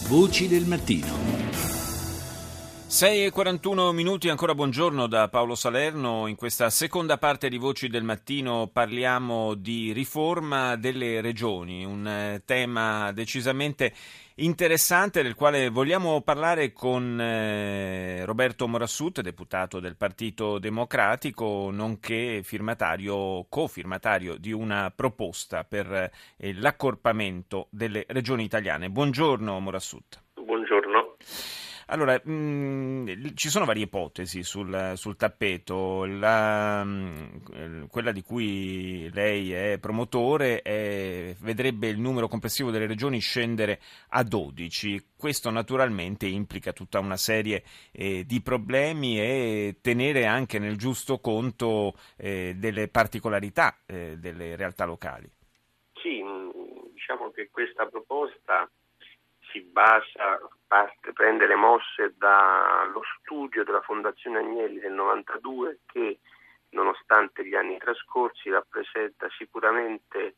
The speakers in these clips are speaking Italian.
Voci del mattino. 6:41 minuti, ancora buongiorno da Paolo Salerno. In questa seconda parte di Voci del Mattino parliamo di riforma delle regioni, un tema decisamente interessante del quale vogliamo parlare con Roberto Morassut, deputato del Partito Democratico, nonché cofirmatario di una proposta per l'accorpamento delle regioni italiane. Buongiorno Morassut. Buongiorno. Allora, ci sono varie ipotesi sul tappeto. Quella di cui lei è promotore vedrebbe il numero complessivo delle regioni scendere a 12. Questo naturalmente implica tutta una serie di problemi e tenere anche nel giusto conto delle particolarità delle realtà locali. Sì, diciamo che questa proposta prende le mosse dallo studio della Fondazione Agnelli del 92 che, nonostante gli anni trascorsi, rappresenta sicuramente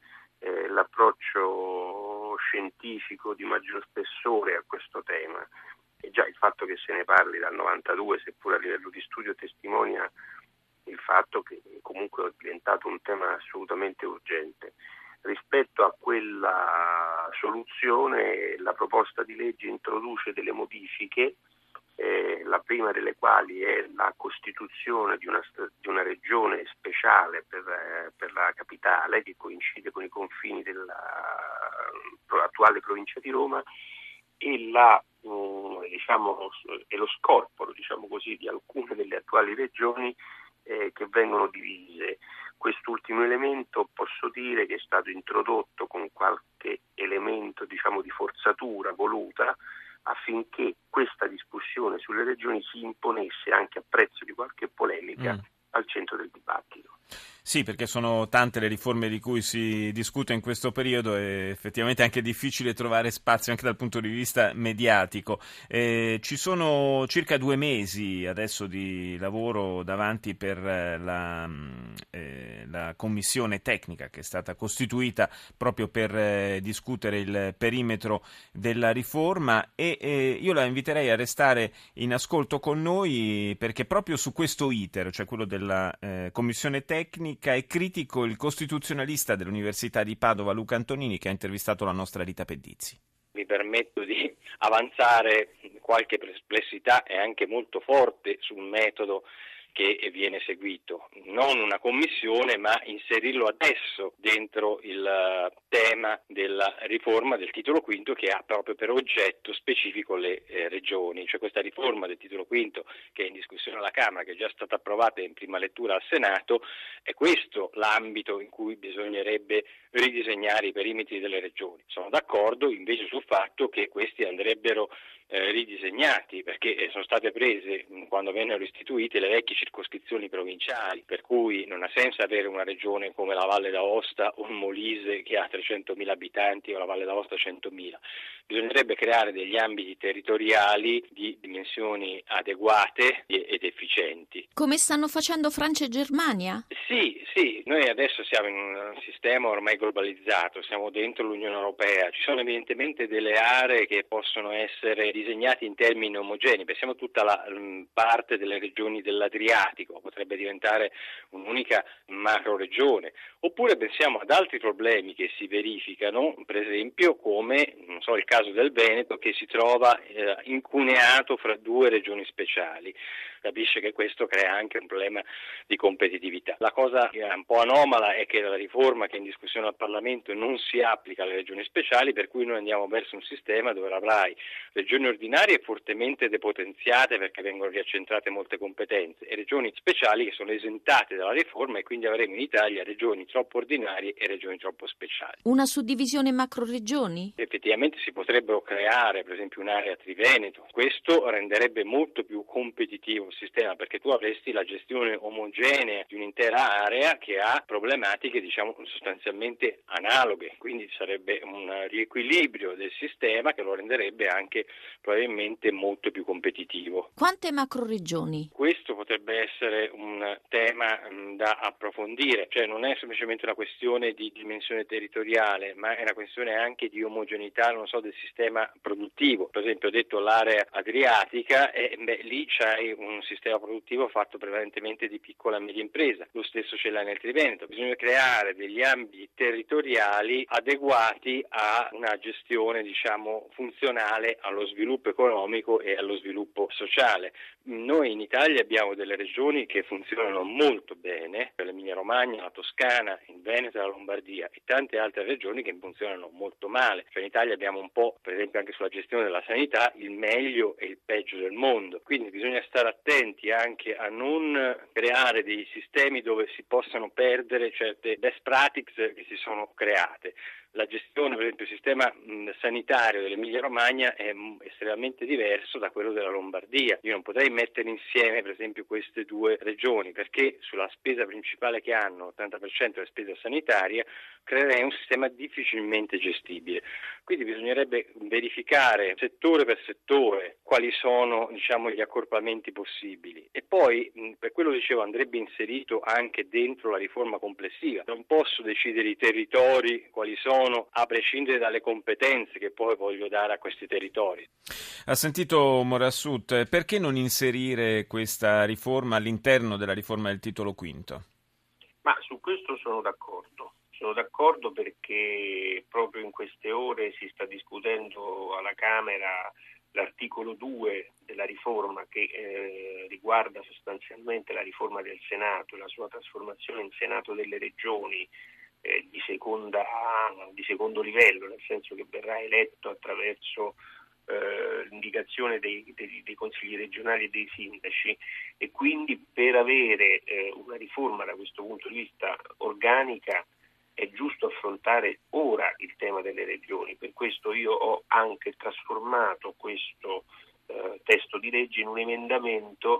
l'approccio scientifico di maggior spessore a questo tema. E già il fatto che se ne parli dal 92, seppur a livello di studio, testimonia il fatto che comunque è diventato un tema assolutamente urgente. Rispetto a quella soluzione, la proposta di legge introduce delle modifiche, la prima delle quali è la costituzione di una regione speciale per la capitale, che coincide con i confini dell'attuale provincia di Roma, e lo scorporo, di alcune delle attuali regioni che vengono divise. Quest'ultimo elemento posso dire che è stato introdotto con qualche elemento di forzatura voluta affinché questa discussione sulle regioni si imponesse, anche a prezzo di qualche polemica, al centro del dibattito. Sì, perché sono tante le riforme di cui si discute in questo periodo e effettivamente è anche difficile trovare spazio anche dal punto di vista mediatico. Ci sono circa 2 mesi adesso di lavoro davanti per la commissione tecnica che è stata costituita proprio per discutere il perimetro della riforma e io la inviterei a restare in ascolto con noi perché proprio su questo iter, cioè quello della commissione tecnica, è critico il costituzionalista dell'Università di Padova Luca Antonini, che ha intervistato la nostra Rita Pedizzi. Mi permetto di avanzare qualche perplessità e anche molto forte sul metodo che viene seguito, non una commissione ma inserirlo adesso dentro il tema della riforma del titolo quinto che ha proprio per oggetto specifico le regioni, cioè questa riforma del titolo quinto che è in discussione alla Camera, che è già stata approvata in prima lettura al Senato, è questo l'ambito in cui bisognerebbe ridisegnare i perimetri delle regioni. Sono d'accordo invece sul fatto che questi andrebbero ridisegnati perché sono state prese quando vennero istituite le vecchie circoscrizioni provinciali, per cui non ha senso avere una regione come la Valle d'Aosta o il Molise che ha 300.000 abitanti o la Valle d'Aosta 100.000. Bisognerebbe creare degli ambiti territoriali di dimensioni adeguate ed efficienti. Come stanno facendo Francia e Germania? Sì, noi adesso siamo in un sistema ormai globalizzato, siamo dentro l'Unione Europea, ci sono evidentemente delle aree che possono essere disegnate in termini omogenei, pensiamo a tutta la parte delle regioni dell'Adriatico, potrebbe diventare un'unica macro-regione, oppure pensiamo ad altri problemi che si verificano, per esempio come, il caso del Veneto che si trova incuneato fra 2 regioni speciali. Capisce che questo crea anche un problema di competitività. La cosa che è un po' anomala è che la riforma che è in discussione al Parlamento non si applica alle regioni speciali, per cui noi andiamo verso un sistema dove avrai regioni ordinarie fortemente depotenziate perché vengono riaccentrate molte competenze e regioni speciali che sono esentate dalla riforma e quindi avremo in Italia regioni troppo ordinarie e regioni troppo speciali. Una suddivisione macro-regioni? Effettivamente si potrebbero creare per esempio un'area triveneto, questo renderebbe molto più competitivo sistema, perché tu avresti la gestione omogenea di un'intera area che ha problematiche sostanzialmente analoghe, quindi sarebbe un riequilibrio del sistema che lo renderebbe anche probabilmente molto più competitivo. Quante macroregioni? Questo potrebbe essere un tema da approfondire, cioè non è semplicemente una questione di dimensione territoriale, ma è una questione anche di omogeneità, del sistema produttivo. Per esempio ho detto l'area adriatica, lì c'hai un sistema produttivo fatto prevalentemente di piccola e media impresa, lo stesso ce l'ha nel Triveneto. Bisogna creare degli ambiti territoriali adeguati a una gestione funzionale allo sviluppo economico e allo sviluppo sociale. Noi in Italia abbiamo delle regioni che funzionano molto bene, l'Emilia Romagna, la Toscana, il Veneto, la Lombardia e tante altre regioni che funzionano molto male. Cioè in Italia abbiamo un po', per esempio anche sulla gestione della sanità, il meglio e il peggio del mondo. Quindi bisogna stare attenti anche a non creare dei sistemi dove si possano perdere certe best practices che si sono create. La gestione, per esempio, il sistema sanitario dell'Emilia Romagna è estremamente diverso da quello della Lombardia. Io non potrei mettere insieme, per esempio, queste due regioni, perché sulla spesa principale che hanno, 80% della spesa sanitaria, creerei un sistema difficilmente gestibile. Quindi bisognerebbe verificare settore per settore quali sono, gli accorpamenti possibili. E poi, per quello dicevo, andrebbe inserito anche dentro la riforma complessiva. Non posso decidere i territori quali sono, a prescindere dalle competenze che poi voglio dare a questi territori. Ha sentito Morassut, perché non inserire questa riforma all'interno della riforma del titolo quinto? Ma su questo sono d'accordo. Sono d'accordo perché proprio in queste ore si sta discutendo alla Camera l'articolo 2 della riforma che riguarda sostanzialmente la riforma del Senato e la sua trasformazione in Senato delle Regioni di secondo livello, nel senso che verrà eletto attraverso l'indicazione dei consigli regionali e dei sindaci, e quindi per avere una riforma da questo punto di vista organica è giusto affrontare ora il tema delle regioni. Per questo io ho anche trasformato questo testo di legge in un emendamento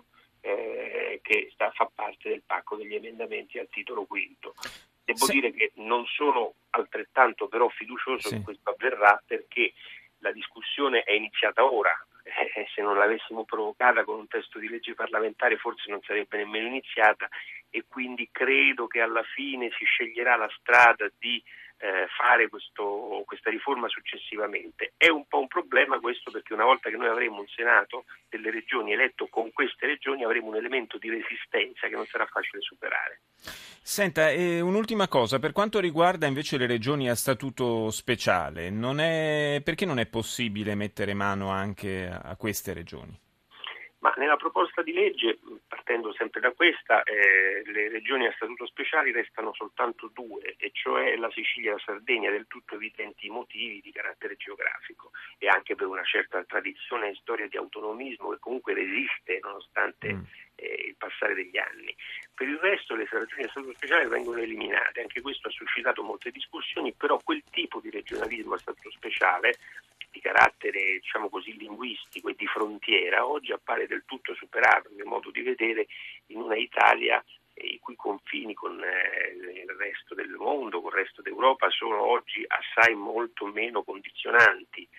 che fa parte del pacco degli emendamenti al titolo quinto. Devo dire che non sono altrettanto però fiducioso che questo avverrà, perché la discussione è iniziata ora. Se non l'avessimo provocata con un testo di legge parlamentare forse non sarebbe nemmeno iniziata, e quindi credo che alla fine si sceglierà la strada di fare questa riforma successivamente. È un po' un problema questo, perché una volta che noi avremo un Senato delle regioni eletto con queste regioni avremo un elemento di resistenza che non sarà facile superare. Senta, un'ultima cosa, per quanto riguarda invece le regioni a statuto speciale, perché non è possibile mettere mano anche a queste regioni? Ma nella proposta di legge, partendo sempre da questa, le regioni a statuto speciale restano soltanto due, e cioè la Sicilia e la Sardegna, del tutto evidenti i motivi di carattere geografico e anche per una certa tradizione e storia di autonomismo che comunque resiste nonostante il passare degli anni. Per il resto le regioni a statuto speciale vengono eliminate, anche questo ha suscitato molte discussioni, però quel tipo di regionalismo a statuto speciale di carattere linguistico e di frontiera oggi appare del tutto superato, nel modo di vedere, in una Italia i cui confini con il resto del mondo, con il resto d'Europa, sono oggi assai molto meno condizionanti,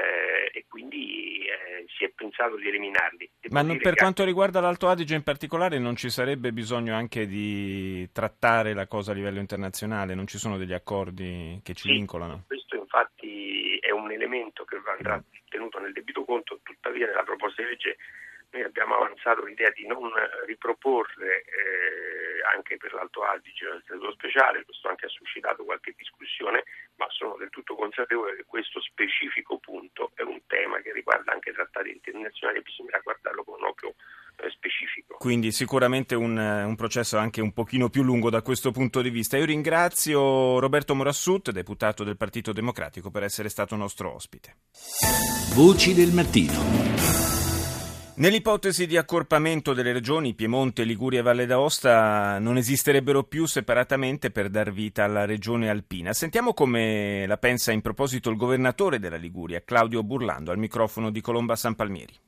e quindi si è pensato di eliminarli. Ma per quanto riguarda l'Alto Adige in particolare non ci sarebbe bisogno anche di trattare la cosa a livello internazionale? Non ci sono degli accordi che ci vincolano? Questo infatti è un elemento che andrà tenuto nel debito conto, tuttavia nella proposta di legge noi abbiamo avanzato l'idea di non riproporre anche per l'Alto Adige il statuto speciale. Questo anche ha suscitato qualche discussione, ma sono del tutto consapevole che questo specifico punto è un tema che riguarda anche trattati internazionali e bisognerà guardarlo con un occhio specifico. Quindi sicuramente un processo anche un pochino più lungo da questo punto di vista. Io ringrazio Roberto Morassut, deputato del Partito Democratico, per essere stato nostro ospite. Voci del mattino. Nell'ipotesi di accorpamento delle regioni Piemonte, Liguria e Valle d'Aosta non esisterebbero più separatamente per dar vita alla regione alpina. Sentiamo come la pensa in proposito il governatore della Liguria, Claudio Burlando, al microfono di Colomba San Palmieri. Noi come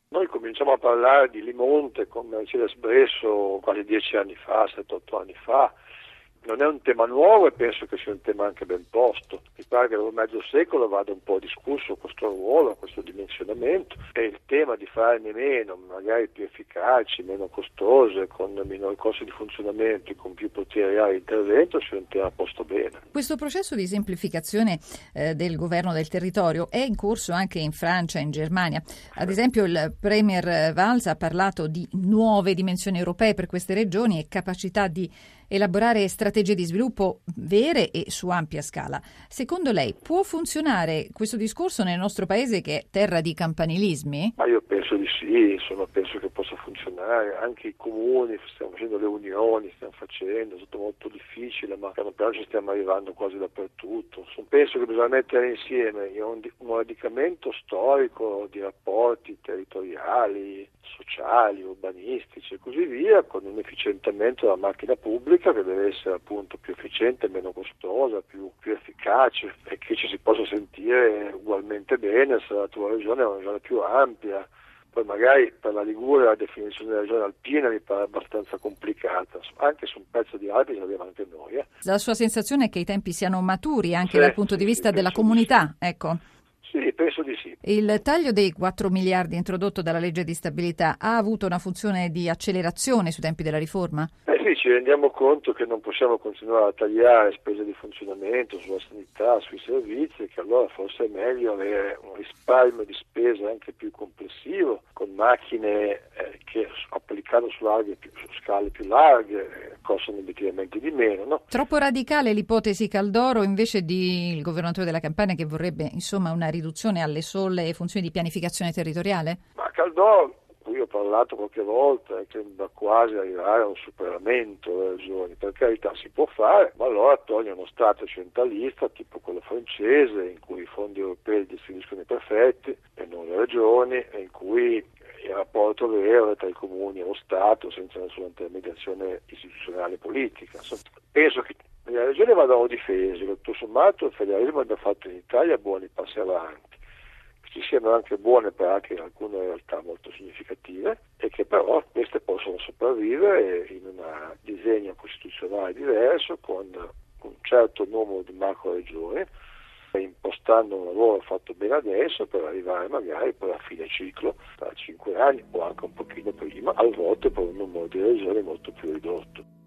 cominciamo a parlare di Limonte con Mercedes Bresso quasi 10 anni fa, 7-8 anni fa. Non è un tema nuovo e penso che sia un tema anche ben posto. Mi pare che da mezzo secolo vada un po' discusso questo ruolo, questo dimensionamento, e il tema di farne meno, magari più efficaci, meno costose, con minori costi di funzionamento e con più poteri di intervento sia un tema posto bene. Questo processo di semplificazione del governo del territorio è in corso anche in Francia e in Germania. Ad esempio il Premier Valls ha parlato di nuove dimensioni europee per queste regioni e capacità di elaborare strategie di sviluppo vere e su ampia scala. Secondo lei può funzionare questo discorso nel nostro paese che è terra di campanilismi? Ma io penso di sì, penso che possa funzionare. Anche i comuni, stiamo facendo le unioni, è tutto molto difficile, ma piano piano ci stiamo arrivando quasi dappertutto. Penso che bisogna mettere insieme un radicamento storico di rapporti territoriali, sociali, urbanistici e così via, con un efficientamento della macchina pubblica che deve essere appunto più efficiente, meno costosa, più efficace, e che ci si possa sentire ugualmente bene se la tua regione è una regione più ampia. Poi magari per la Liguria la definizione della regione alpina mi pare abbastanza complicata, anche su un pezzo di Alpi ce l'abbiamo anche noi. La sua sensazione è che i tempi siano maturi anche dal punto di vista della comunità, ecco. Sì, penso di sì. Il taglio dei 4 miliardi introdotto dalla legge di stabilità ha avuto una funzione di accelerazione sui tempi della riforma? Sì, ci rendiamo conto che non possiamo continuare a tagliare spese di funzionamento sulla sanità, sui servizi, e che allora forse è meglio avere un risparmio di spesa anche più complessivo, con macchine che applicate su scale più larghe costano obiettivamente di meno, no? Troppo radicale l'ipotesi Caldoro invece del governatore della Campania che vorrebbe insomma una riduzione alle sole funzioni di pianificazione territoriale? Ma Caldoro, cui ho parlato qualche volta, che sembra quasi arrivare a un superamento delle regioni. Per carità si può fare, ma allora toglie uno Stato centralista tipo quello francese, in cui i fondi europei distribuiscono i prefetti e non le regioni, e in cui il rapporto vero è tra i comuni e lo Stato senza nessuna intermediazione istituzionale e politica. Penso che le regioni vadano difese, tutto sommato il federalismo abbia fatto in Italia buoni passi avanti, ci siano anche buone pratiche in alcune realtà molto significative, e che però queste possono sopravvivere in un disegno costituzionale diverso, con un certo numero di macro regioni, impostando un lavoro fatto bene adesso per arrivare magari poi a fine ciclo, tra 5 anni o anche un pochino prima, al voto per un numero di regioni molto più ridotto.